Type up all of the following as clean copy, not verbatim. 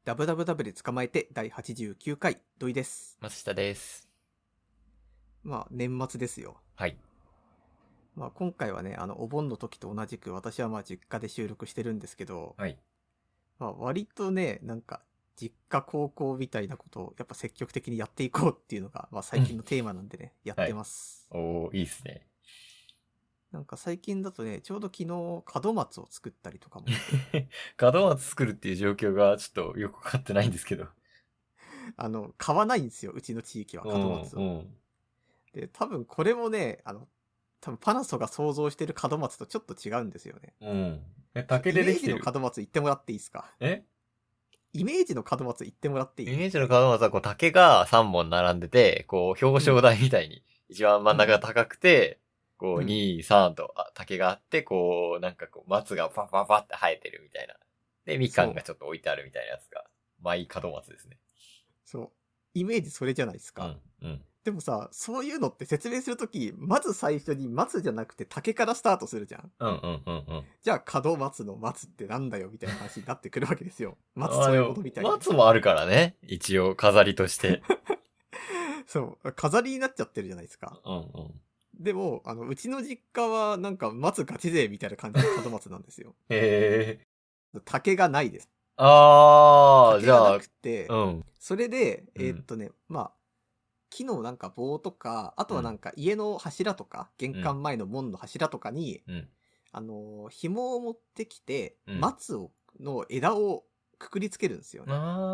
ダブダブダブで捕まえて第89回土井です。 松下です。 年末ですよ。 はい。 今回はね、お盆の時と同じく私は実家で収録してるんですけど、 はい。 割とね、実家高校みたいなことをやっぱ積極的にやっていこうっていうのが、最近のテーマなんでね、やってます。 おー、いいっすね。 最近だとね、ちょうど昨日門松を作ったりとかも。 門松作るっていう状況がちょっとよくわかってないんですけど。 買わないんですよ、うちの地域は門松を。で、多分これもね、多分パナソが想像してる門松とちょっと違うんですよね。 竹でできてる。 イメージの門松言ってもらっていいですか？イメージの門松言ってもらっていい？ イメージの門松はこう竹が3本並んでて、こう表彰台みたいに、一番真ん中が高くて、こう2、3と竹があって、こう松がパパパって生えてるみたいな。で、みかんがちょっと置いてあるみたいなやつが、マイ門松ですね。 そう。イメージそれじゃないですか。でもさ、そういうのって説明するとき、まず最初に松じゃなくて竹からスタートするじゃん。じゃあ門松の松ってなんだよみたいな話になってくるわけですよ。松そういうことみたいな。 松もあるからね。一応飾りとして。 そう。飾りになっちゃってるじゃないですか。でも、うちの実家は松ガチ勢みたいな感じの門松なんですよ。竹がないです。 じゃあ。 竹がなくて、それで、木の棒とか、あとは家の柱とか、玄関前の門の柱とかに、紐を持ってきて、松の枝をくくりつけるんですよね。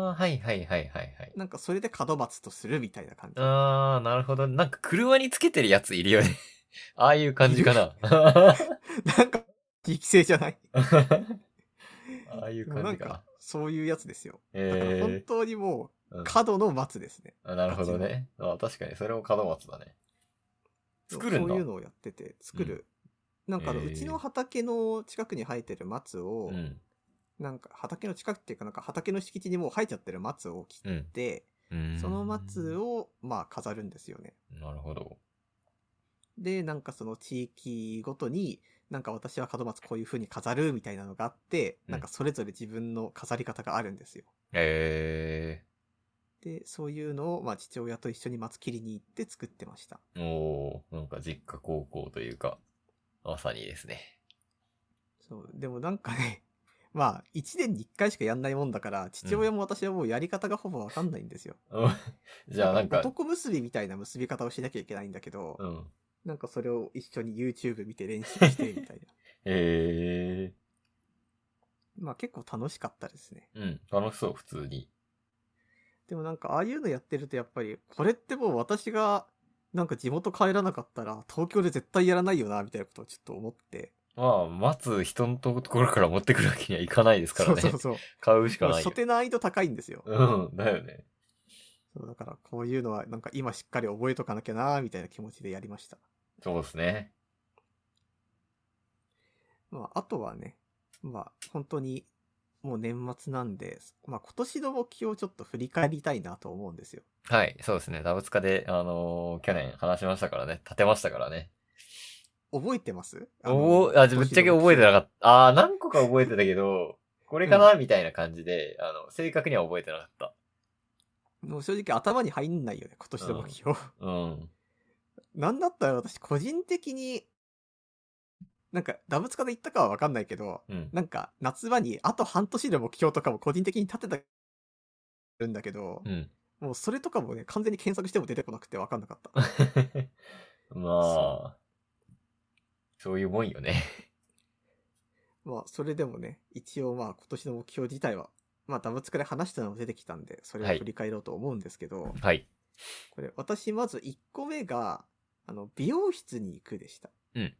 それで門松とするみたいな感じ。 なるほど。車につけてるやついるよね。ああいう感じかな。 適正じゃない？ ああいう感じかな。 そういうやつですよ。だから本当にもう、角の松ですね。 なるほどね。確かに、それも門松だね。作るんだ。 そういうのをやってて、作る。うちの畑の近くに生えてる松を、畑の近くっていうか、畑の敷地にもう生えちゃってる松を切って、その松を、飾るんですよね。 なるほど。 で、その地域ごとに、私は門松こういう風に飾るみたいなのがあって、それぞれ自分の飾り方があるんですよ。で、そういうのを、父親と一緒に松切りに行って作ってました。 実家高校というか、まさにですね。 そう、でも一年に一回しかやんないもんだから、父親も私はもうやり方がほぼわかんないんですよ。 じゃあ男結びみたいな結び方をしなきゃいけないんだけど、それを一緒に YouTube 見て練習してみたいな。結構楽しかったですね。 楽しそう、普通に。 でもああいうのやってるとやっぱり、これってもう私が、地元帰らなかったら、東京で絶対やらないよな、みたいなことをちょっと思って。 待つ人のところから持ってくるわけにはいかないですからね。 そう。 買うしかないよ。 初手難易度高いんですよ。 だよね。 そう、だからこういうのは今しっかり覚えとかなきゃな、みたいな気持ちでやりました。 そうですね。 あとはね、本当に、もう年末なんで、今年の目標をちょっと振り返りたいなと思うんですよ。 はい、そうですね。ダブツカで、去年話しましたからね。立てましたからね。 覚えてます？ ぶっちゃけ覚えてなかった。何個か覚えてたけど、これかな、みたいな感じで、正確には覚えてなかった。 もう正直頭に入んないよね、今年の目標。なんだったら私個人的に、ダブツカで言ったかは分かんないけど、夏場にあと半年で目標とかも個人的に立てたるんだけど、もうそれとかもね、完全に検索しても出てこなくて分かんなかった。 そういうもんよね。 それでもね、一応今年の目標自体は、ダブツカで話したのも出てきたんで、それを振り返ろうと思うんですけど、これ、私まず1個目が、美容室に行くでした。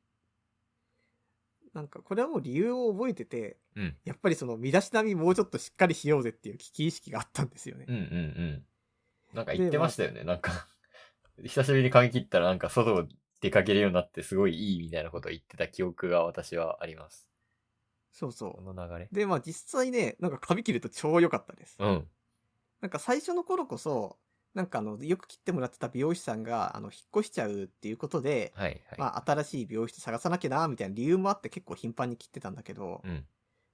これはもう理由を覚えてて、やっぱりその身だしなみもうちょっとしっかりしようぜっていう危機意識があったんですよね。 言ってましたよね。久しぶりに髪切ったら外を出かけるようになってすごいいいみたいなことを言ってた記憶が私はあります。 そうそう。 この流れ。 で、実際ね、髪切ると超良かったです。最初の頃こそ、よく切ってもらってた美容師さんが、引っ越しちゃうっていうことで、新しい美容室探さなきゃな、みたいな理由もあって結構頻繁に切ってたんだけど、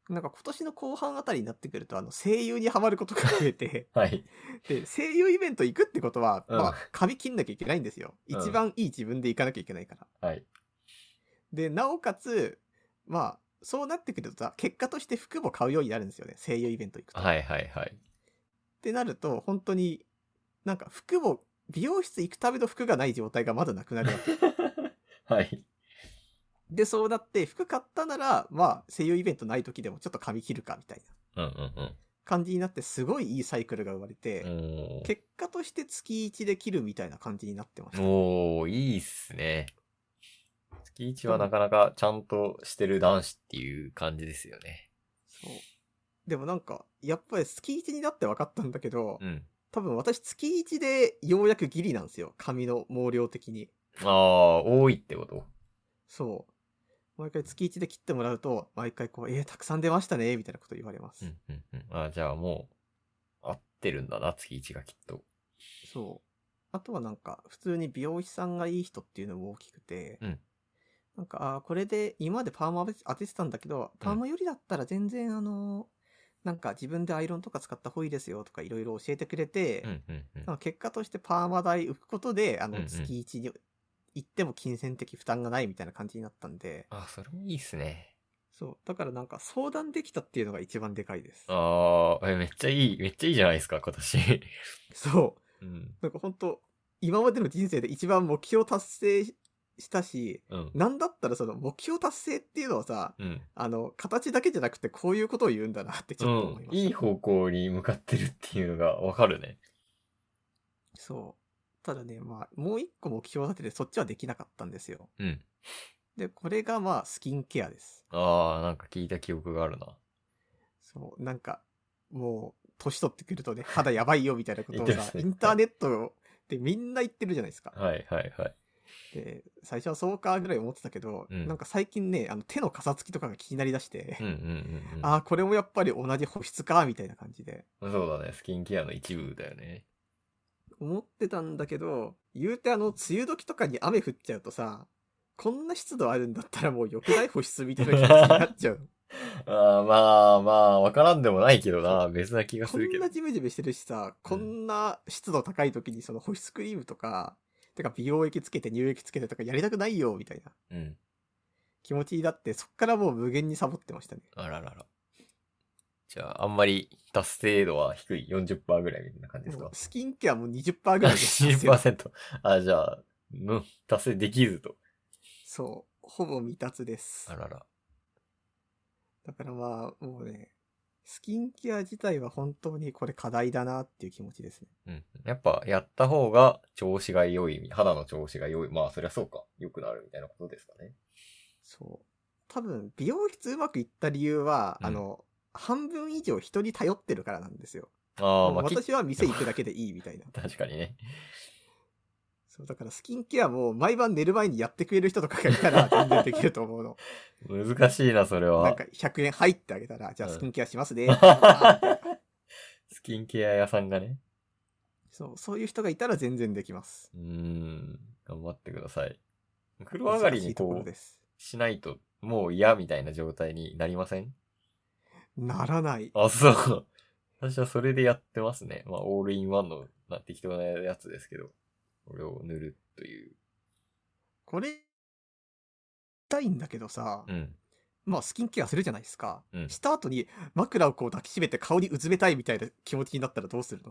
なんか今年の後半あたりになってくると、声優にハマることが増えて、 はい。 で、声優イベント行くってことは、 うんまあ、髪切んなきゃいけないんですよ。 うん一番いい自分で行かなきゃいけないから。 はい。 で、なおかつ、まあ、そうなってくるとさ、結果として服も買うようになるんですよね。声優イベント行くと。 はいはいはい。 ってなると、本当に、なんか服も、美容室行くための服がない状態がまだなくなるわけ。 はい。 で、そうなって、服買ったなら、まあ、声優イベントない時でもちょっと髪切るか、みたいなうんうん感じになって、すごいいいサイクルが生まれて、 うん。 結果として月1で切るみたいな感じになってました。 おー、いいっすね。月1はなかなかちゃんとしてる男子っていう感じですよね。 そう。でもなんか、やっぱり月1になって分かったんだけど、 うん。 多分私月1でようやくギリなんですよ。髪の毛量的に。 ああ、多いってこと？ そう。毎回月1で切ってもらうと、毎回こう、たくさん出ましたね、みたいなこと言われます。 うんうんうん。あ、じゃあもう、合ってるんだな、月1がきっと。 そう。あとはなんか、普通に美容師さんがいい人っていうのも大きくて、 うん。 なんか、これで、今までパーマ当ててたんだけど、パーマよりだったら全然なんか自分でアイロンとか使った方がいいですよとかいろいろ教えてくれて、 うんうんうん。 なんか結果としてパーマ代浮くことで、 んうん月1に行っても金銭的負担がないみたいな感じになったんで、 あ、それもいいっすね。 そう。だからなんか相談できたっていうのが一番でかいです。 ああ、めっちゃいい、めっちゃいいじゃないですか、今年。 そう。 うん。 なんか本当今までの人生で一番目標達成したし、 うん。 なんだったらその目標達成っていうのはさ、 うん。 形だけじゃなくてこういうことを言うんだなってちょっと思いました。 いい方向に向かってるっていうのがわかるね。 そう。ただね、まあ、もう一個目標立ててそっちはできなかったんですよ。 うん。 で、これがまあ、スキンケアです。 ああ、なんか聞いた記憶があるな。 そう、なんか、もう、年取ってくるとね、肌やばいよみたいなことをさ、 言ってますねインターネットでみんな言ってるじゃないですか。 はいはいはい。 で、最初はそうかぐらい思ってたけど、 うんなんか最近ね、手のかさつきとかが気になりだして、 うんうんうんああ、これもやっぱり同じ保湿か、みたいな感じで。 うん。そうだね、スキンケアの一部だよね。 思ってたんだけど、言うて梅雨時とかに雨降っちゃうとさ、こんな湿度あるんだったらもう良くない保湿みたいな気持ちになっちゃう。 ああ、まあまあ、わからんでもないけどな、別な気がすこるけど。 んなジメジメしてるしさ、こんな湿度高い時にその保湿クリームとか、てか美容液つけて乳液つけてとかやりたくないよ、みたいなうん。 気持ちになって、そっからもう無限にサボってましたね。 あららら。じゃあ、あんまり達成度は低い 40% ぐらいみたいな感じですか？ スキンケアも 20% ぐらいです。 20%。あ、じゃあ、達成できずと。 そう。ほぼ未達です。 あらら。 だからまあ、もうね、スキンケア自体は本当にこれ課題だなっていう気持ちですね。 うん。やっぱ、やった方が調子が良い、肌の調子が良い。まあ、そりゃそうか。良くなるみたいなことですかね。 そう。多分、美容室うまくいった理由は、 うん、 半分以上人に頼ってるからなんですよ。 ああ、 もう私は店行くだけでいいみたいな。 確かにね。 そう、だからスキンケアも毎晩寝る前にやってくれる人とかがいたら全然できると思うの。 難しいな、それは。 なんか100円入ってあげたら、じゃあスキンケアしますね。 スキンケア屋さんがね。 そう、そういう人がいたら全然できます。 頑張ってください。風呂上がりにこう、しないともう嫌みたいな状態になりません？ ならない。 あ、そう。私はそれでやってますね。まあ、オールインワンの適当なやつですけど、これを塗るという。 これ、したいんだけどさ、 うん。 まあスキンケアするじゃないですか。 うん。 した後に枕をこう抱きしめて顔にうずめたいみたいな気持ちになったらどうするの？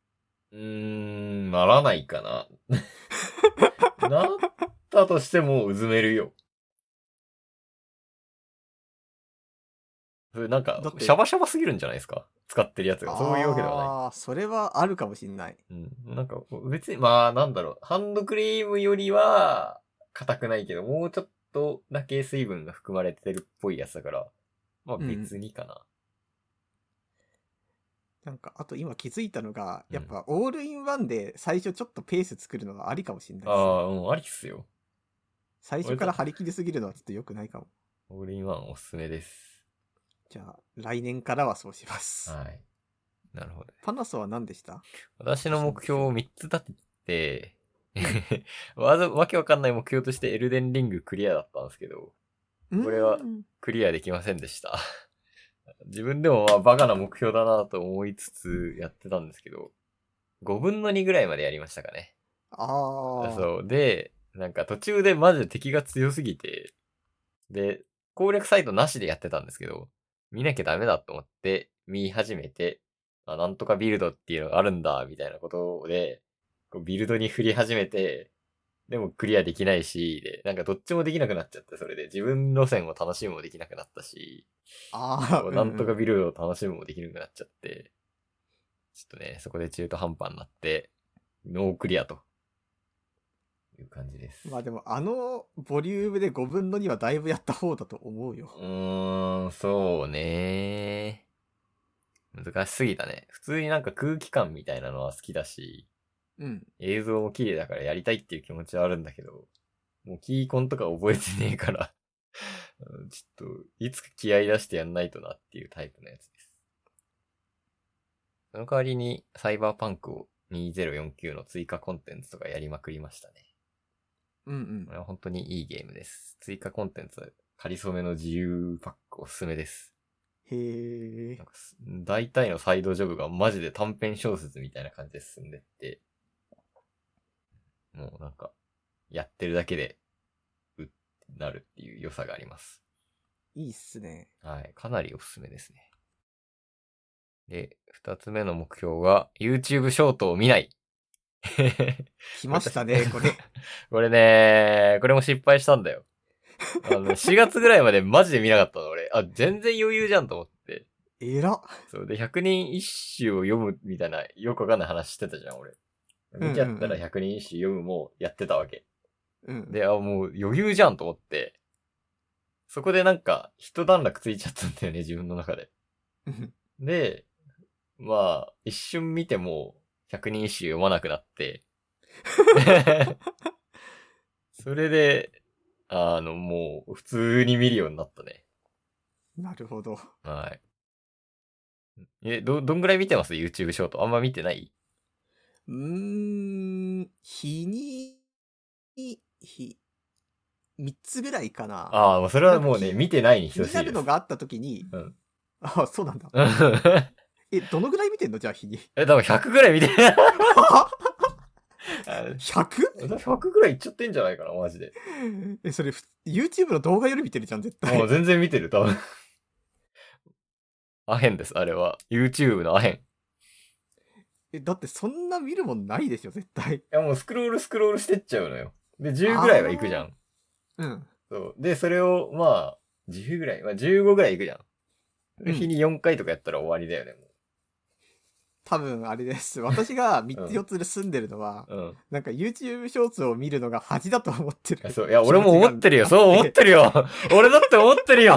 ならないかな。なったとしてもうずめるよ。それなんか、シャバシャバすぎるんじゃないですか？使ってるやつが。そういうわけではない。 ああ、それはあるかもしんない。 うん。なんか、別に、まあ、なんだろう。ハンドクリームよりは、硬くないけど、もうちょっとだけ水分が含まれてるっぽいやつだから、まあ別にかな。 なんか、あと今気づいたのが、やっぱオールインワンで最初ちょっとペース作るのはありかもしんないですね。 ああ、ありっすよ。 最初から張り切りすぎるのはちょっと良くないかも。 オールインワンおすすめです。 じゃあ、来年からはそうします。 はい。なるほど、ね。 パナソは何でした？ 私の目標を3つ立てて、わけわかんない目標としてエルデンリングクリアだったんですけど、これはクリアできませんでした。 自分でもまあバカな目標だなと思いつつやってたんですけど、5分の2ぐらいまでやりましたかね。 ああ。 そう。で、なんか途中でマジで敵が強すぎて、で、攻略サイトなしでやってたんですけど、見なきゃダメだと思って見始めて、なんとかビルドっていうのがあるんだ、みたいなことで、こうビルドに振り始めて、でもクリアできないし、で、なんかどっちもできなくなっちゃって、それで自分路線を楽しむもできなくなったし、なんとかビルドを楽しむもできなくなっちゃって、ちょっとね、そこで中途半端になって、ノークリアと。いう感じです。 まあでもボリュームで5分の2はだいぶやった方だと思うよ。 そうね。難しすぎたね。普通になんか空気感みたいなのは好きだし、 うん。 映像も綺麗だからやりたいっていう気持ちはあるんだけど、もうキーコンとか覚えてねえからちょっと、いつか気合い出してやんないとなっていうタイプのやつです。その代わりに、サイバーパンクを2049の追加コンテンツとかやりまくりましたね。 うんうん。 これは本当にいいゲームです。追加コンテンツ、仮初めの自由パックおすすめです。 へー。 大体のサイドジョブがマジで短編小説みたいな感じで進んでって、もうなんか、やってるだけで、うってなるっていう良さがあります。 いいっすね。 はい。かなりおすすめですね。で、二つ目の目標が、YouTube ショートを見ない。 来ましたね、これ。 これね、これも失敗したんだよ。4月ぐらいまでマジで見なかったの、俺。全然余裕じゃんと思って。 えら。 そう。で、100人一首を読むみたいな、よくわかんない話してたじゃん、俺。見ちゃったら100人一首読むもやってたわけ。 うん。 で、もう余裕じゃんと思って。そこでなんか、一段落ついちゃったんだよね、自分の中で。で、まあ、一瞬見ても、100人一首読まなくなって。それで、もう、普通に見るようになったね。 なるほど。 はい。どんぐらい見てます ?YouTube ショート。あんま見てない？ 日に、3つぐらいかな。 それはもうね、見てないに等しいです。 気になるのがあった時に、 うん。 そうなんだ。どのぐらい見てんのじゃあ日に。 多分100ぐらい見てる。 100?100 ぐらいいっちゃってんじゃないかな、マジで。 それ、YouTube の動画より見てるじゃん、絶対。 もう全然見てる、多分。アヘンです、あれは。YouTube のアヘン。だってそんな見るもんないでしょ、絶対。いやもうスクロールしてっちゃうのよ。で、10ぐらいは行くじゃん。 うん。 そう。で、それを、まあ、10ぐらい、まあ15ぐらい行くじゃん。日に4回とかやったら終わりだよね、もう。 多分あれです。私が3つ4つで住んでるのは、なんか YouTube ショーツを見るのが恥だと思ってる。 そう、いや、俺も思ってるよ。そう思ってるよ。俺だって思ってるよ。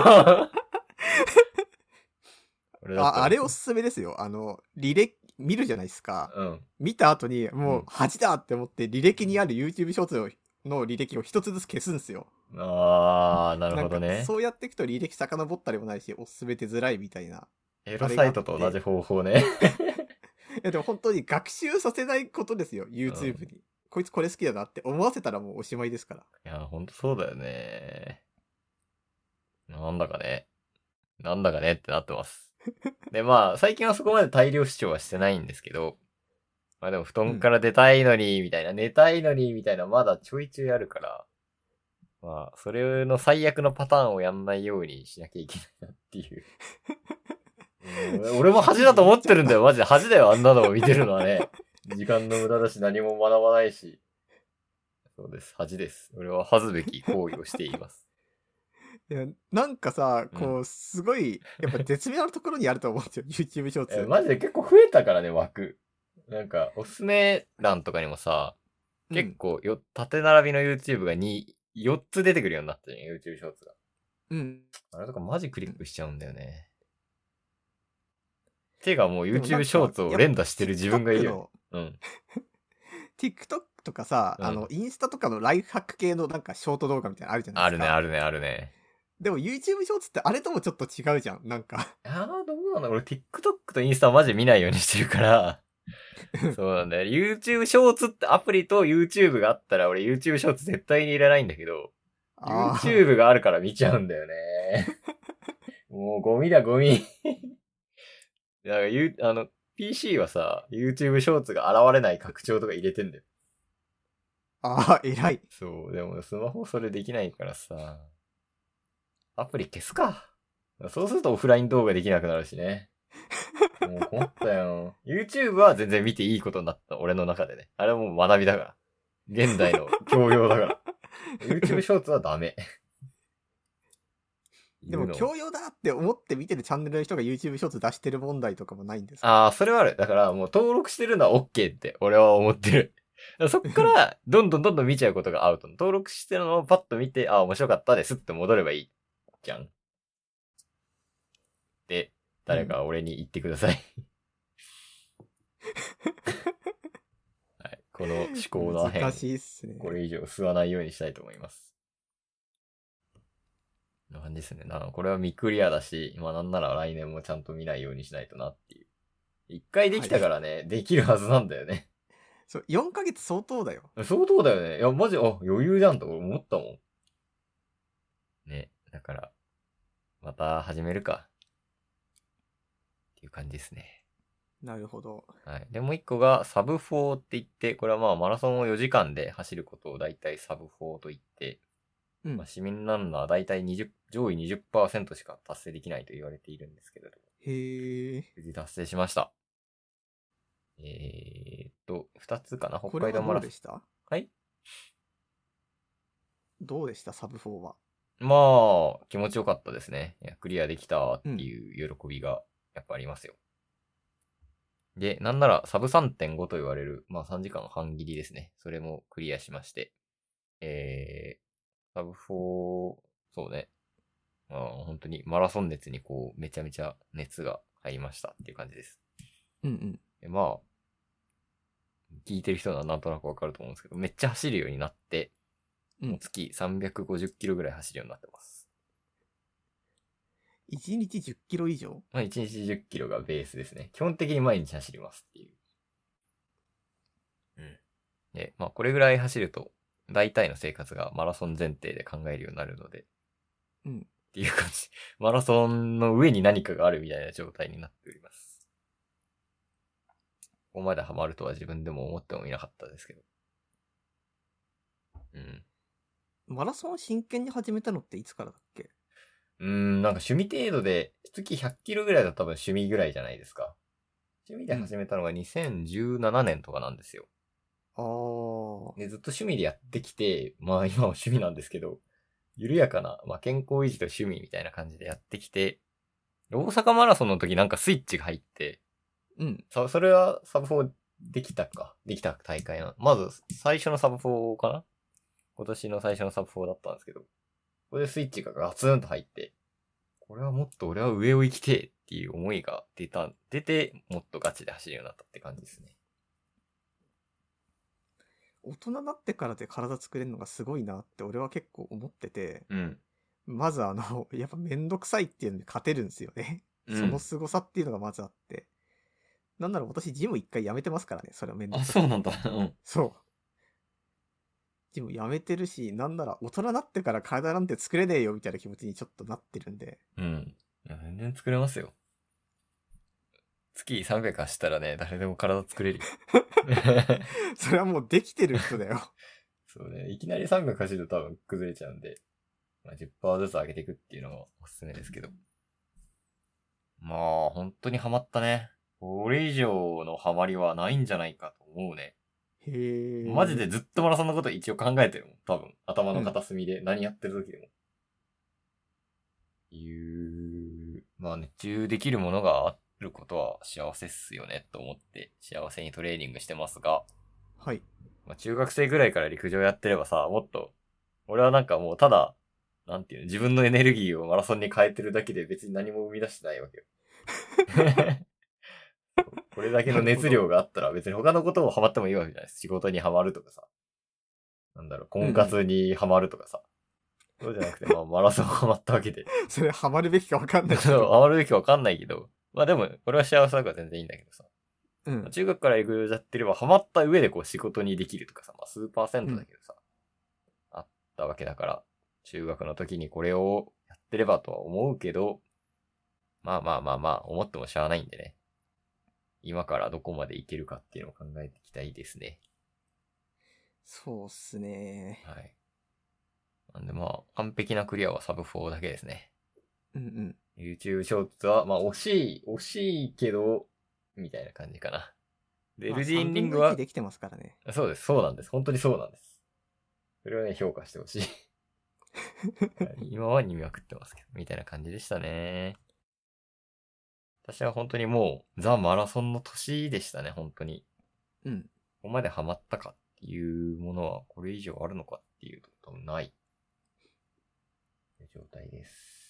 あれおすすめですよ。履歴、見るじゃないですか。見た後に、もう恥だって思って、履歴にある YouTube ショーツの履歴を一つずつ消すんですよ。 なるほどね。 そうやっていくと履歴遡ったりもないし、おすすめてづらいみたいな。 エロサイトと同じ方法ね。 いやでも本当に学習させないことですよ、YouTube に。こいつこれ好きだなって思わせたらもうおしまいですから。 いや、ほんとそうだよね。なんだかねってなってます。で、まあ、最近はそこまで大量視聴はしてないんですけど、まあでも布団から出たいのに、みたいな、寝たいのに、みたいな、まだちょいちょいあるから、まあ、それの最悪のパターンをやんないようにしなきゃいけないなっていう。俺も恥だと思ってるんだよ。マジで恥だよ。あんなのを見てるのはね。時間の無駄だし何も学ばないし。そうです。恥です。俺は恥ずべき行為をしています。 いや、なんかさ、こう、すごい、やっぱ絶妙なところにあると思うんですよ。YouTube ショーツ。 マジで結構増えたからね、枠。なんか、おすすめ欄とかにもさ、結構縦並びの YouTube が4つ出てくるようになったじゃん、YouTube ショーツが。あれとかマジクリックしちゃうんだよね。手がもう YouTube ショーツを連打してる自分がいるよ。 TikTok とかさ、インスタとかのライフハック系のなんかショート動画みたいなのあるじゃないですか。 あるね。 でも YouTube ショーツってあれともちょっと違うじゃん、なんか。 どうなんだ俺 TikTok とインスタはマジで見ないようにしてるから。そうなんだよ。YouTube ショーツってアプリと YouTube があったら俺 YouTube ショーツ絶対にいらないんだけど、YouTube があるから見ちゃうんだよね。 もうゴミだ、ゴミ。だからPC はさ、YouTube ショーツが現れない拡張とか入れてんだよ。 ああ、偉い。 そう、でもスマホそれできないからさ、アプリ消すか。そうするとオフライン動画できなくなるしね。もう困ったよ。YouTube は全然見ていいことになった、俺の中でね。あれはもう学びだから。現代の教養だから。YouTube ショーツはダメ。 でも教養だって思って見てるチャンネルの人が YouTube ショーツ出してる問題とかもないんですか？ ああ、それはある。だからもう登録してるのは OK って俺は思ってる。そっからどんどん見ちゃうことがアウト。登録してるのをパッと見て、ああ、面白かったですって戻ればいい。じゃん。で、誰か俺に言ってください。はい。この思考の変。 難しいっすね。 これ以上吸わないようにしたいと思います。こんな感じですね。これは未クリアだし、まあなんなら来年もちゃんと見ないようにしないとなっていう。一回できたからね、できるはずなんだよね。 そう、4ヶ月相当だよ。 相当だよね。いや、マジ、余裕じゃんと俺思ったもん。ね。だから、また始めるか。っていう感じですね。 なるほど。 はい。で、もう一個がサブ4って言って、これはまあマラソンを4時間で走ることを大体サブ4と言って、まあ、市民ランナー大体上位 20% しか達成できないと言われているんですけれど。 へえ。 無事達成しました。2つかな、北海道マラソン。 これはどうでした？ はい。 どうでしたサブ4は。 まあ、気持ちよかったですね。いや、クリアできたっていう喜びがやっぱありますよ。で、なんならサブ 3.5 と言われる、まあ3時間半切りですね。それもクリアしまして。サブ4、そうね。本当にマラソン熱にこう、めちゃめちゃ熱が入りましたっていう感じです。 うんうん。 まあ、聞いてる人はなんとなくわかると思うんですけど、めっちゃ走るようになって、もう月350キロぐらい走るようになってます。 1日10キロ以上？ まあ1日10キロがベースですね。基本的に毎日走りますっていう。うん。で、まあこれぐらい走ると、大体の生活がマラソン前提で考えるようになるので、 うん。 っていう感じ。マラソンの上に何かがあるみたいな状態になっております。ここまでハマるとは自分でも思ってもいなかったですけど。うん。 マラソン真剣に始めたのっていつからだっけ？ なんか趣味程度で、月100キロぐらいだと多分趣味ぐらいじゃないですか。趣味で始めたのが2017年とかなんですよ。で、ずっと趣味でやってきて、まあ今も趣味なんですけど、緩やかな、まあ健康維持と趣味みたいな感じでやってきて、大阪マラソンの時なんかスイッチが入って、それはサブ4できた大会な。まず最初のサブ4かな？今年の最初のサブ4だったんですけど、これでスイッチがガツンと入って、これはもっと俺は上を行きてえっていう思いが出て、もっとガチで走るようになったって感じですね。 大人になってからで体作れるのがすごいなって俺は結構思ってて、まずやっぱめんどくさいっていうのに勝てるんですよね。その凄さっていうのがまずあって。なんなら私ジム一回やめてますからね、それはめんどくさい。 そうなんだ。 そう。ジムやめてるし、なんなら大人になってから体なんて作れねえよみたいな気持ちにちょっとなってるんで。 いや、全然作れますよ。月300走ったらね、誰でも体作れるよ。 それはもうできてる人だよ。 そうね。いきなり300走ると多分崩れちゃうんで、まあ、10% ずつ上げていくっていうのがおすすめですけど。まあ、本当にハマったね。これ以上のハマりはないんじゃないかと思うね。 へえ。 マジでずっとマラソンのこと一応考えてるもん。多分。頭の片隅で何やってる時でも。まあ熱中できるものがあることは幸せっすよねと思って幸せにトレーニングしてますが。 はい。 まあ中学生ぐらいから陸上やってればさ、もっと、俺はなんかもうただ、なんていうの、自分のエネルギーをマラソンに変えてるだけで別に何も生み出してないわけよ。これだけの熱量があったら別に他のこともハマってもいいわけじゃないです。仕事にハマるとかさ。なんだろう、婚活にハマるとかさ。そうじゃなくて、まあマラソンハマったわけで。 それハマるべきかわかんないけそう、 ど。 ハマるべきかわかんないけど。まあでも、俺は幸せだから全然いいんだけどさ。中学から陸上やってればハマった上でこう仕事にできるとかさ、まあ数パーセントだけどさ、あったわけだから、中学の時にこれをやってればとは思うけど、 まあ、思ってもしゃあないんでね。今からどこまでいけるかっていうのを考えていきたいですね。 そうっすね。 はい。なんでまあ、完璧なクリアはサブ4だけですね。 うんうん。 YouTube ショーツは、まあ惜しいけど、みたいな感じかな。で、エルディンリングは、 できてますからね。 そうです、そうなんです。本当にそうなんです。それをね、評価してほしい。今は見まくってますけど、みたいな感じでしたね。私は本当にもう、ザ・マラソンの年でしたね、本当に。 うん。 ここまでハマったかっていうものは、これ以上あるのかっていうと、多分ない。状態です。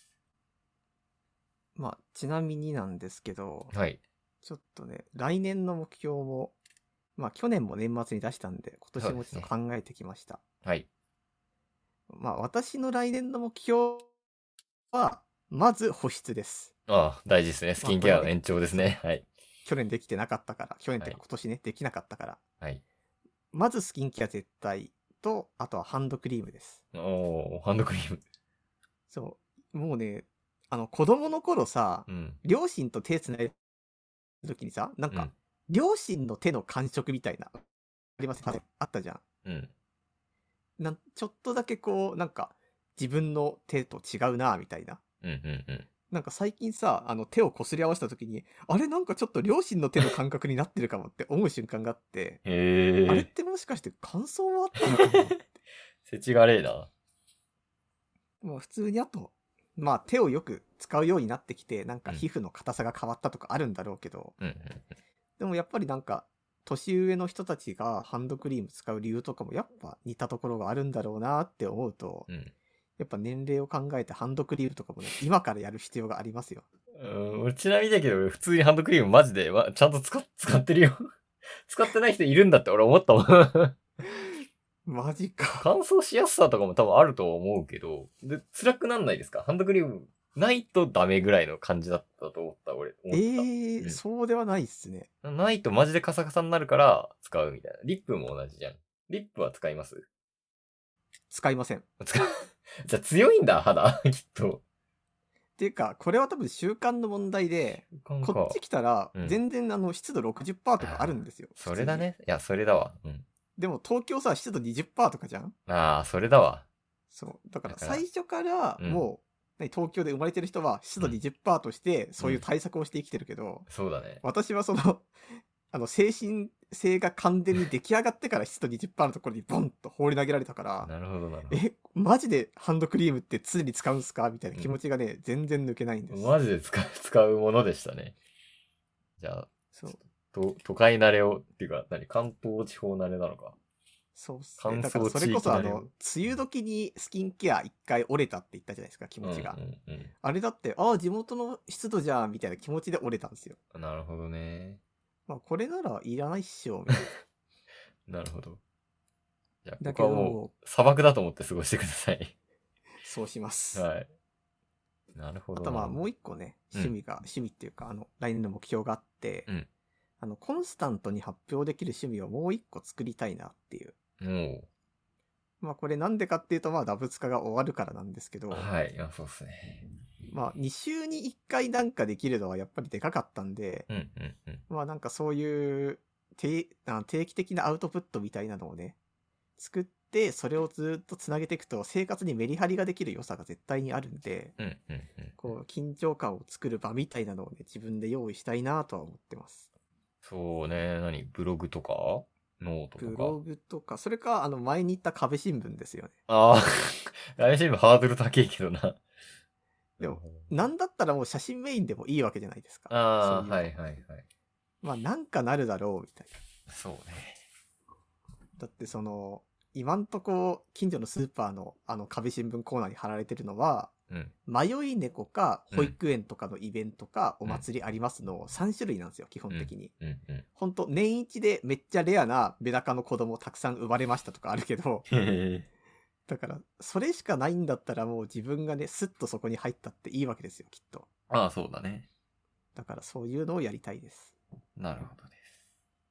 まあ、ちなみになんですけど、 はい。 ちょっとね、来年の目標も、まあ去年も年末に出したんで、今年もちょっと考えてきました。 はい。 まあ私の来年の目標は、まず保湿です。 ああ、大事ですね。スキンケアの延長ですね。はい。 去年できてなかったから、去年ってか今年ね、できなかったから。 はい。 まずスキンケア絶対と、あとはハンドクリームです。 おー、ハンドクリーム。 そう。もうね、子供の頃さ、 うん。 両親と手繋いだ時にさ、なんか、両親の手の感触みたいな、ありますね。あったじゃん。 うん。 ちょっとだけこう、なんか、自分の手と違うな、みたいな。 うんうんうん。 なんか最近さ、手を擦り合わせた時に、あれなんかちょっと両親の手の感覚になってるかもって思う瞬間があって、 へあれってもしかして感想はあったのかなって。 せちがれえな。 まあ普通にあと、まあ手をよく使うようになってきて、なんか皮膚の硬さが変わったとかあるんだろうけど、 うんうんでもやっぱりなんか、年上の人たちがハンドクリーム使う理由とかもやっぱ似たところがあるんだろうなって思うと、 うん。 やっぱ年齢を考えてハンドクリームとかもね、今からやる必要がありますよ。 俺ちなみにだけど、俺普通にハンドクリームマジで、ちゃんと使ってるよ。使ってない人いるんだって俺思ったもん。 マジか。 乾燥しやすさとかも多分あると思うけど、で、辛くなんないですか？ハンドクリームないとダメぐらいの感じだったと思った、俺。 そうではないっすね。 ないとマジでカサカサになるから使うみたいな。リップも同じじゃん。リップは使います？ 使いません。 じゃあ強いんだ、肌。きっと。 っていうか、これは多分習慣の問題で、こっち来たら、全然湿度60%とかあるんですよ。 それだね。いや、それだわ。うん。 でも東京さ、湿度20%とかじゃん？ ああ、それだわ。 そう。だから最初からもう、東京で生まれてる人は湿度20%として、そういう対策をして生きてるけど、 そうだね。 私は精神性が完全に出来上がってから湿度20%のところにボンと放り投げられたから、 なるほど。 マジでハンドクリームって常に使うんすかみたいな気持ちがね、全然抜けないんです。 マジで使うものでしたね。じゃあ、 そう。 都会慣れを、っていうか、関東地方慣れなのか。 そうっすね。だからそれこそ梅雨時にスキンケア一回折れたって言ったじゃないですか、気持ちが。あれだって、地元の湿度じゃん、みたいな気持ちで折れたんですよ。 なるほどね。 まあ、これならいらないっしょ、みたいな。なるほど。じゃあ、ここはもう、砂漠だと思って過ごしてください。 そうします。 はい。なるほど。 あとまあ、もう一個ね、趣味っていうか、来年の目標があって、コンスタントに発表できる趣味をもう一個作りたいなっていう。まあこれなんでかっていうとまあダブツカが終わるからなんですけど。 はい、そうですね。 まあ2週に1回なんかできるのはやっぱりでかかったんで、まあなんかそういう定期的なアウトプットみたいなのをね、作ってそれをずっとつなげていくと生活にメリハリができる良さが絶対にあるんで、こう緊張感を作る場みたいなのをね、自分で用意したいなとは思ってます。 そうね、ブログとかノートとか。 ブログとか、それか、前に言った壁新聞ですよね。 ああ、壁新聞ハードル高いけどな。 でも、なんだったらもう写真メインでもいいわけじゃないですか。 ああ、はい。 まあ、なんかなるだろう、みたいな。そうね。 だって今んとこ、近所のスーパーの壁新聞コーナーに貼られてるのは、迷い猫か保育園とかのイベントかお祭りありますの3種類なんですよ、基本的に。ほんと、年一でめっちゃレアなメダカの子供たくさん生まれましたとかあるけど、だから、それしかないんだったらもう自分がね、スッとそこに入ったっていいわけですよ、きっと。 ああ、そうだね。 だからそういうのをやりたいです。 なるほどです。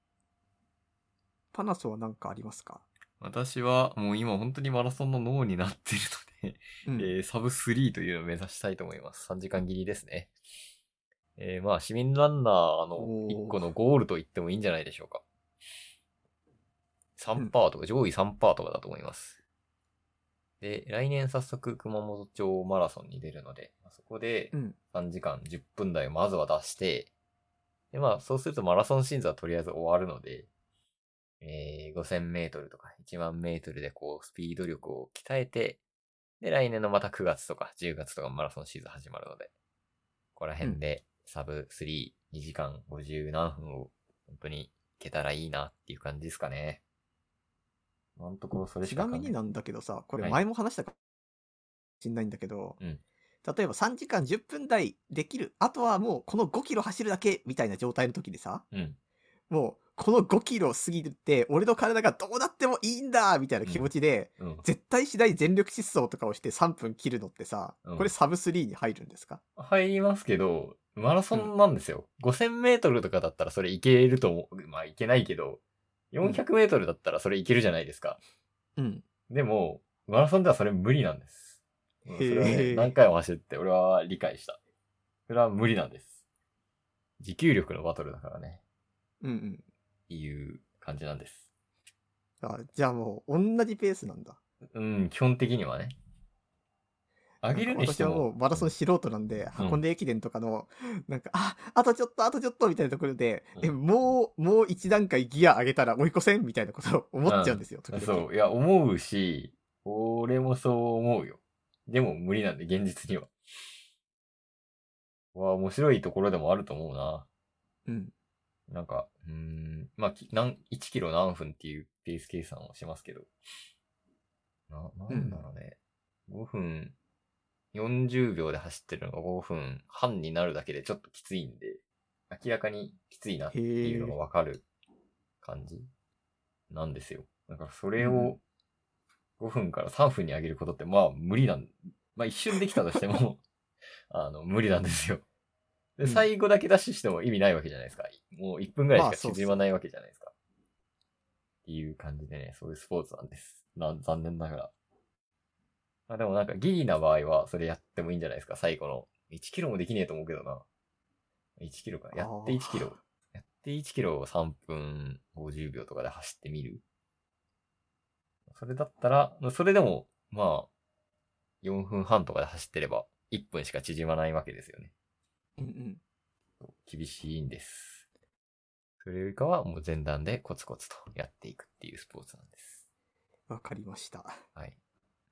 パナソは何かありますか？ 私はもう今本当にマラソンの脳になってるので、サブ3というのを目指したいと思います。3時間切りですね。 まあ市民ランナーの一個のゴールと言ってもいいんじゃないでしょうか。3%とか、上位3%とかだと思います。で、来年早速熊本町マラソンに出るので、そこで3時間10分台をまずは出して、で、まあそうするとマラソンシーズンはとりあえず終わるので、5000メートルとか1万メートルでこうスピード力を鍛えて、で、来年のまた9月とか10月とかマラソンシーズン始まるので、ここら辺でサブ3、2時間50何分を本当にいけたらいいなっていう感じですかね。なんところそれしかちなみになんだけどさ、これ前も話したかもしんないんだけど、例えば3時間10分台できる、あとはもうこの5キロ走るだけみたいな状態の時でさ、もうこの5キロ過ぎて俺の体がどうなってもいいんだみたいな気持ちで、絶対しない全力疾走とかをして3分切るのってさ、これサブ3に入るんですか？ 入りますけど、マラソンなんですよ。5000メートルとかだったらそれいけると思う。まあいけないけど、400メートルだったらそれいけるじゃないですか。でも、マラソンではそれ無理なんです。それはね、何回も走って俺は理解した。それは無理なんです。持久力のバトルだからね。いう感じなんです。 じゃあもう同じペースなんだ。 基本的にはね。上げるにしても。 私はもうマラソン素人なんで、箱根駅伝とかの、なんか、あとちょっとみたいなところで、もう一段階ギア上げたら追い越せんみたいなことを思っちゃうんですよ、 そう。いや、思うし、俺もそう思うよ。でも無理なんで、現実には。面白いところでもあると思うな。なんか、まあ、1キロ何分っていうペース計算をしますけど。なんだろうね。5分40秒で走ってるのが5分半になるだけでちょっときついんで、明らかにきついなっていうのがわかる感じなんですよ。だからそれを5分から3分に上げることってまあ無理まあ一瞬できたとしても、無理なんですよ。で、最後だけダッシュしても意味ないわけじゃないですか。もう1分ぐらいしか縮まないわけじゃないですか。っていう感じでね、そういうスポーツなんです。残念ながら。でもなんかギリな場合はそれやってもいいんじゃないですか。最後の。1キロもできねえと思うけどな。1キロか。やって1キロ。やって1キロを3分50秒とかで走ってみる。それだったら、それでも、まあ、4分半とかで走ってれば、1分しか縮まないわけですよね。厳しいんです。それよりかはもう前段でコツコツとやっていくっていうスポーツなんです。 わかりました。 はい。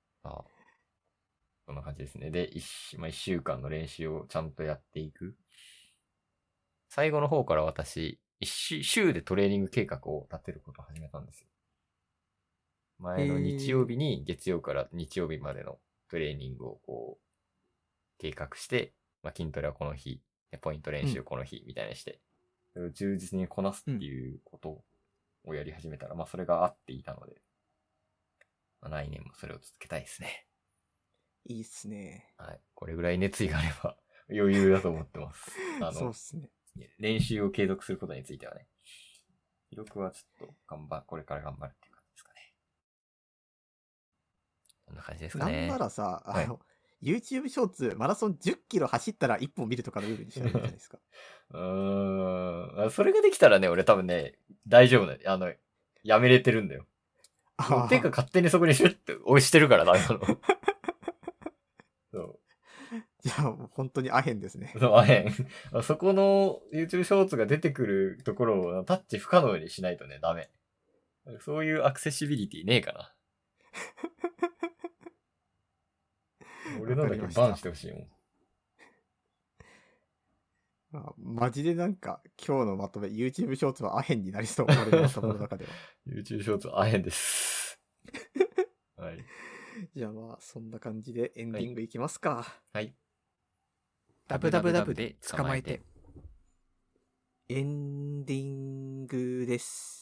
こんな感じですね。で、1週間の練習をちゃんとやっていく。最後の方から私、週でトレーニング計画を立てることを始めたんですよ。前の日曜日に月曜から日曜日までのトレーニングをこう、計画して、まあ、筋トレはこの日、ポイント練習この日みたいにして、それを充実にこなすっていうことをやり始めたら、まあそれが合っていたので、まあ、来年もそれを続けたいですね。 いいっすね。 はい。これぐらい熱意があれば余裕だと思ってます。 そうっすね。 練習を継続することについてはね。記録はちょっとこれから頑張るっていう感じですかね。こんな感じですかね。 なんならさ、YouTube ショーツマラソン10キロ走ったら1本見るとかのルールにしたらいいんじゃないですか。 それができたらね、俺多分ね、大丈夫だよ。やめれてるんだよ。てか勝手にそこにシュッて押してるからダメなの。そう。 じゃあ、本当にアヘンですね。 そう、アヘン。そこの YouTube ショーツが出てくるところをタッチ不可能にしないとね、ダメ。そういうアクセシビリティねえかな。俺のだけバンしてほしいもん。 マジでなんか、今日のまとめ、YouTube ショーツはアヘンになりそう。俺の頭の中では。 YouTube ショーツはアヘンです。はい。 じゃあまあ、そんな感じでエンディングいきますか。 はい。 ダブダブダブで捕まえて。エンディングです。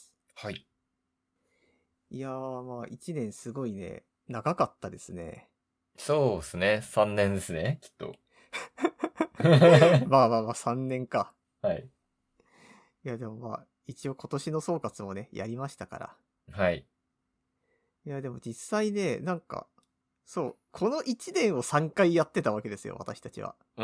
はい。いやー、まあ、1年すごいね、長かったですね。 そうですね。3年ですね、きっと。 まあ、3年か。 はい。 いや、でもまあ、一応今年の総括もね、やりましたから。 はい。 いや、でも実際ね、なんか、そう、この1年を3回やってたわけですよ、私たちは。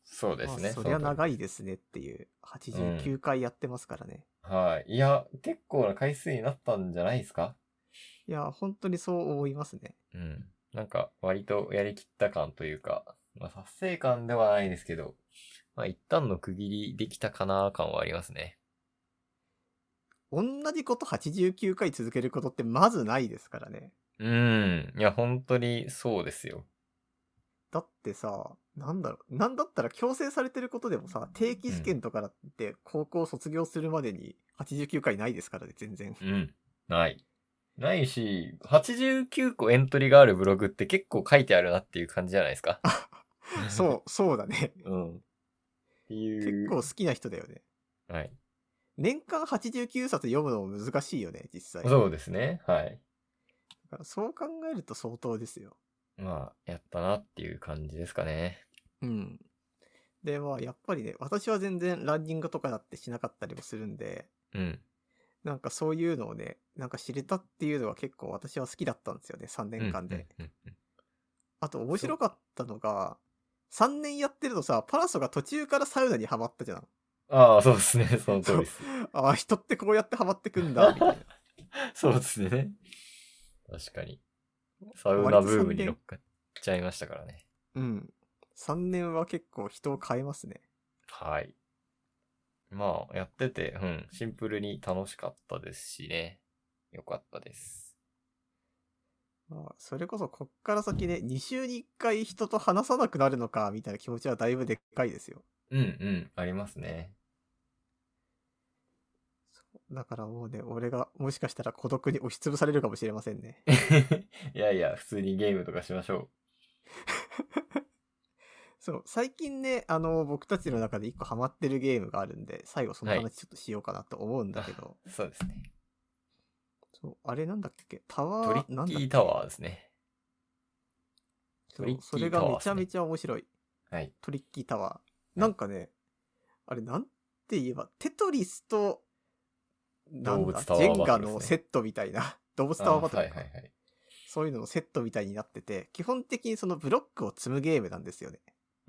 そうですね。 そりゃ長いですねっていう、89回やってますからね。 はい。いや、結構な回数になったんじゃないですか？ いや、本当にそう思いますね。 なんか、割とやりきった感というか、達成感ではないですけど、一旦の区切りできたかな感はありますね。 同じこと89回続けることってまずないですからね。 いや、本当にそうですよ。 だってさ、なんだったら強制されてることでもさ、定期試験とかだって高校卒業するまでに89回ないですからね、全然。 ない。ないし、89個エントリーがあるブログって結構書いてあるなっていう感じじゃないですか。 そうだね。 っていう。 結構好きな人だよね。 はい。 年間89冊読むのも難しいよね、実際。 そうですね。はい。 だからそう考えると相当ですよ。 やったなっていう感じですかね。 で、やっぱりね、私は全然ランニングとかだってしなかったりもするんで、なんかそういうのをね、なんか知れたっていうのは結構私は好きだったんですよね、3年間で。あと面白かったのが、3年やってるとさ、パラソが途中からサウナにハマったじゃん。 ああ、そうですね。その通りです。 ああ、人ってこうやってハマってくんだ、みたいな。 そうですね。確かに。サウナブームに乗っかっちゃいましたからね。 3年は結構人を変えますね。 はい。やってて、シンプルに楽しかったですしね。よかったです。 それこそこっから先ね、2週に1回人と話さなくなるのか、みたいな気持ちはだいぶでっかいですよ。 ありますね。 だからもうね、俺がもしかしたら孤独に押しつぶされるかもしれませんね。 いやいや、普通にゲームとかしましょう。 そう、最近ね、僕たちの中で一個ハマってるゲームがあるんで、最後その話ちょっとしようかなと思うんだけど。 そうですね。 そう、あれなんだっけタワー、 トリッキータワーですね。 そう、それがめちゃめちゃ面白い。 はい。 トリッキータワー。なんかね、あれなんて言えば、テトリスと、なんだ、ジェンガのセットみたいな、動物タワーバトルか。そういうののセットみたいになってて、基本的にそのブロックを積むゲームなんですよね。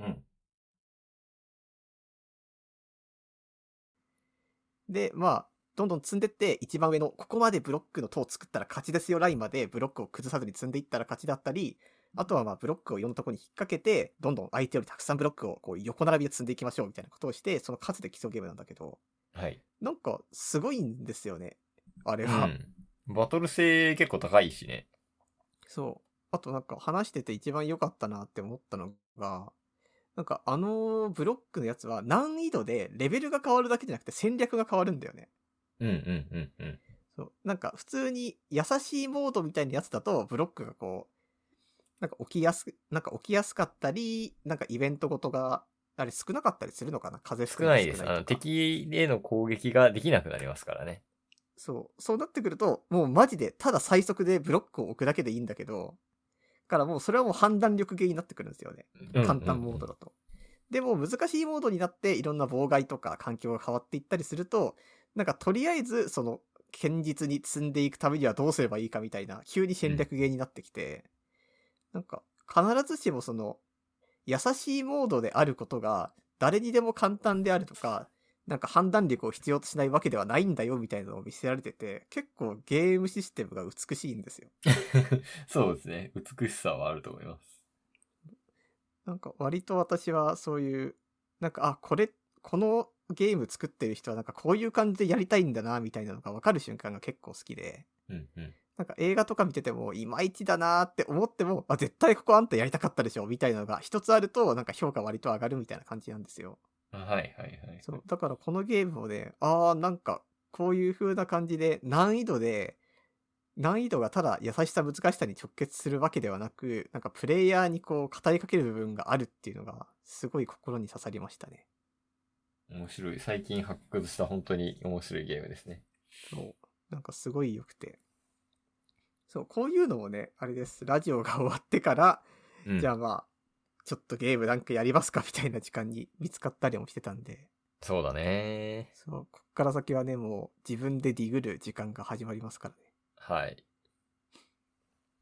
で、どんどん積んでって、一番上の、ここまでブロックの塔を作ったら勝ちですよラインまでブロックを崩さずに積んでいったら勝ちだったり、あとはブロックをいろんなところに引っ掛けて、どんどん相手よりたくさんブロックをこう横並びで積んでいきましょうみたいなことをして、その数で競うゲームなんだけど、 はい。 なんか、すごいんですよね。あれは。 バトル性結構高いしね。 そう。あとなんか話してて一番良かったなって思ったのが、なんかブロックのやつは難易度でレベルが変わるだけじゃなくて戦略が変わるんだよね。そう。なんか普通に優しいモードみたいなやつだとブロックがこう、なんか起きやすかったり、なんかイベントごとが、あれ少なかったりするのかな風少ないです。敵への攻撃ができなくなりますからね。 そうなってくると、もうマジでただ最速でブロックを置くだけでいいんだけど、からもうそれはもう判断力ゲーになってくるんですよね。簡単モードだと。でも難しいモードになっていろんな妨害とか環境が変わっていったりすると、なんかとりあえずその堅実に積んでいくためにはどうすればいいかみたいな急に戦略ゲーになってきて、なんか必ずしもその優しいモードであることが誰にでも簡単であるとか、なんか判断力を必要としないわけではないんだよみたいなのを見せられてて、結構ゲームシステムが美しいんですよ。 そうですね。美しさはあると思います。 なんか割と私はそういう、なんか、このゲーム作ってる人はなんかこういう感じでやりたいんだなみたいなのが分かる瞬間が結構好きで、なんか映画とか見ててもいまいちだなーって思っても、絶対ここあんたやりたかったでしょみたいなのが一つあるとなんか評価割と上がるみたいな感じなんですよ。そう、だからこのゲームをね、なんかこういう風な感じで難易度がただ優しさ難しさに直結するわけではなく、なんかプレイヤーにこう語りかける部分があるっていうのがすごい心に刺さりましたね。 面白い。最近発掘した本当に面白いゲームですね。 そう。なんかすごい良くて。そう、こういうのもね、あれです。ラジオが終わってから、じゃあちょっとゲームなんかやりますかみたいな時間に見つかったりもしてたんで。 そうだね。 そう、こっから先はね、もう自分でディグる時間が始まりますからね。 はい。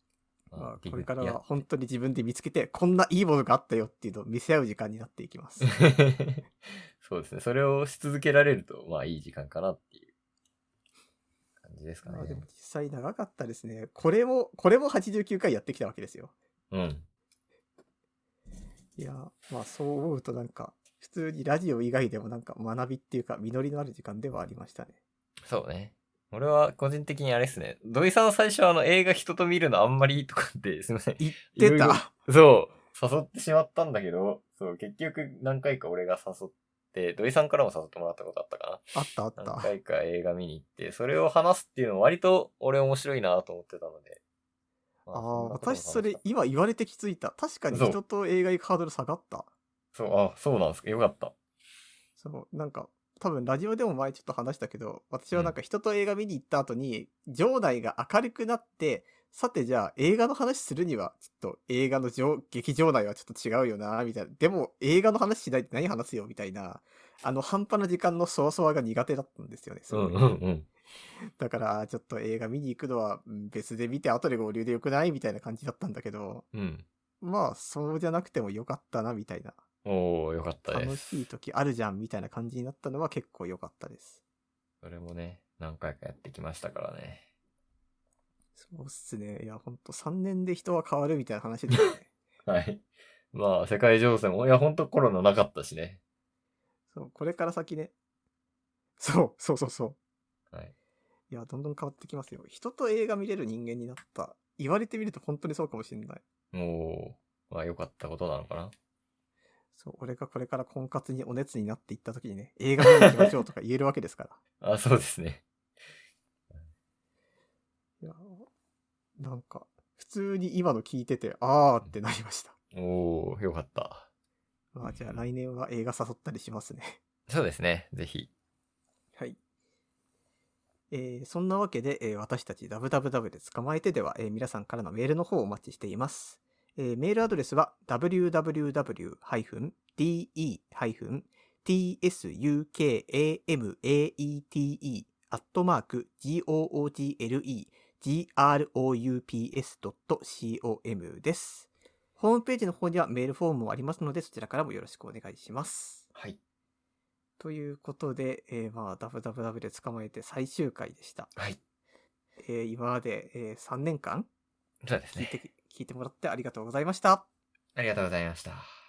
これからは本当に自分で見つけて、こんないいものがあったよっていうのを見せ合う時間になっていきます。 そうですね。それをし続けられると、まあいい時間かなっていう感じですかね。 でも実際長かったですね。これも89回やってきたわけですよ。 うん。 いや、まあそう思うとなんか、普通にラジオ以外でもなんか学びっていうか、実りのある時間ではありましたね。 そうね。俺は個人的にあれですね。土井さん最初映画人と見るのあんまりとかってすみません。 言ってた。 そう。誘ってしまったんだけど、そう、結局何回か俺が誘って、土井さんからも誘ってもらったことあったかな。 あった。 何回か映画見に行って、それを話すっていうのは割と俺面白いなと思ってたので。 私それ今言われて気づいた。確かに人と映画行くハードル下がった。 そうなんですか。よかった。 そう、なんか、多分ラジオでも前ちょっと話したけど、私はなんか人と映画見に行った後に、場内が明るくなって、さてじゃあ映画の話するには、ちょっと映画の劇場内はちょっと違うよな、みたいな。でも映画の話しないで何話すよ、みたいな。半端な時間のそわそわが苦手だったんですよね、すごい。だから、ちょっと映画見に行くのは別で見て後で合流でよくないみたいな感じだったんだけど、まあ、そうじゃなくてもよかったな、みたいな。 よかったです。 楽しい時あるじゃん、みたいな感じになったのは結構良かったです。 それもね、何回かやってきましたからね。 そうっすね。いや、ほんと3年で人は変わるみたいな話ですよね。 はい。まあ、世界情勢も、いや、ほんとコロナなかったしね。 そう、これから先ね。そう。 はい。 いや、どんどん変わってきますよ。人と映画見れる人間になった。言われてみると本当にそうかもしれない。 まあ、良かったことなのかな。 そう、俺がこれから婚活にお熱になっていった時にね、映画見に行きましょうとか言えるわけですから。 そうですね。 いや、なんか、普通に今の聞いてて、あーってなりました。 よかった。 まあ、じゃあ来年は映画誘ったりしますね。 そうですね、ぜひ。 はい。そんなわけで、私たちダブダブダブで捕まえてでは、皆さんからのメールの方をお待ちしています。メールアドレスは www-tsukamate.goups.com です。ホームページの方にはメールフォームもありますので、そちらからもよろしくお願いします。 はい。 ということで、まあ、ダブダブダブで捕まえて最終回でした。 はい。 今まで、3年間そうですね。 聞いてもらってありがとうございました。 ありがとうございました。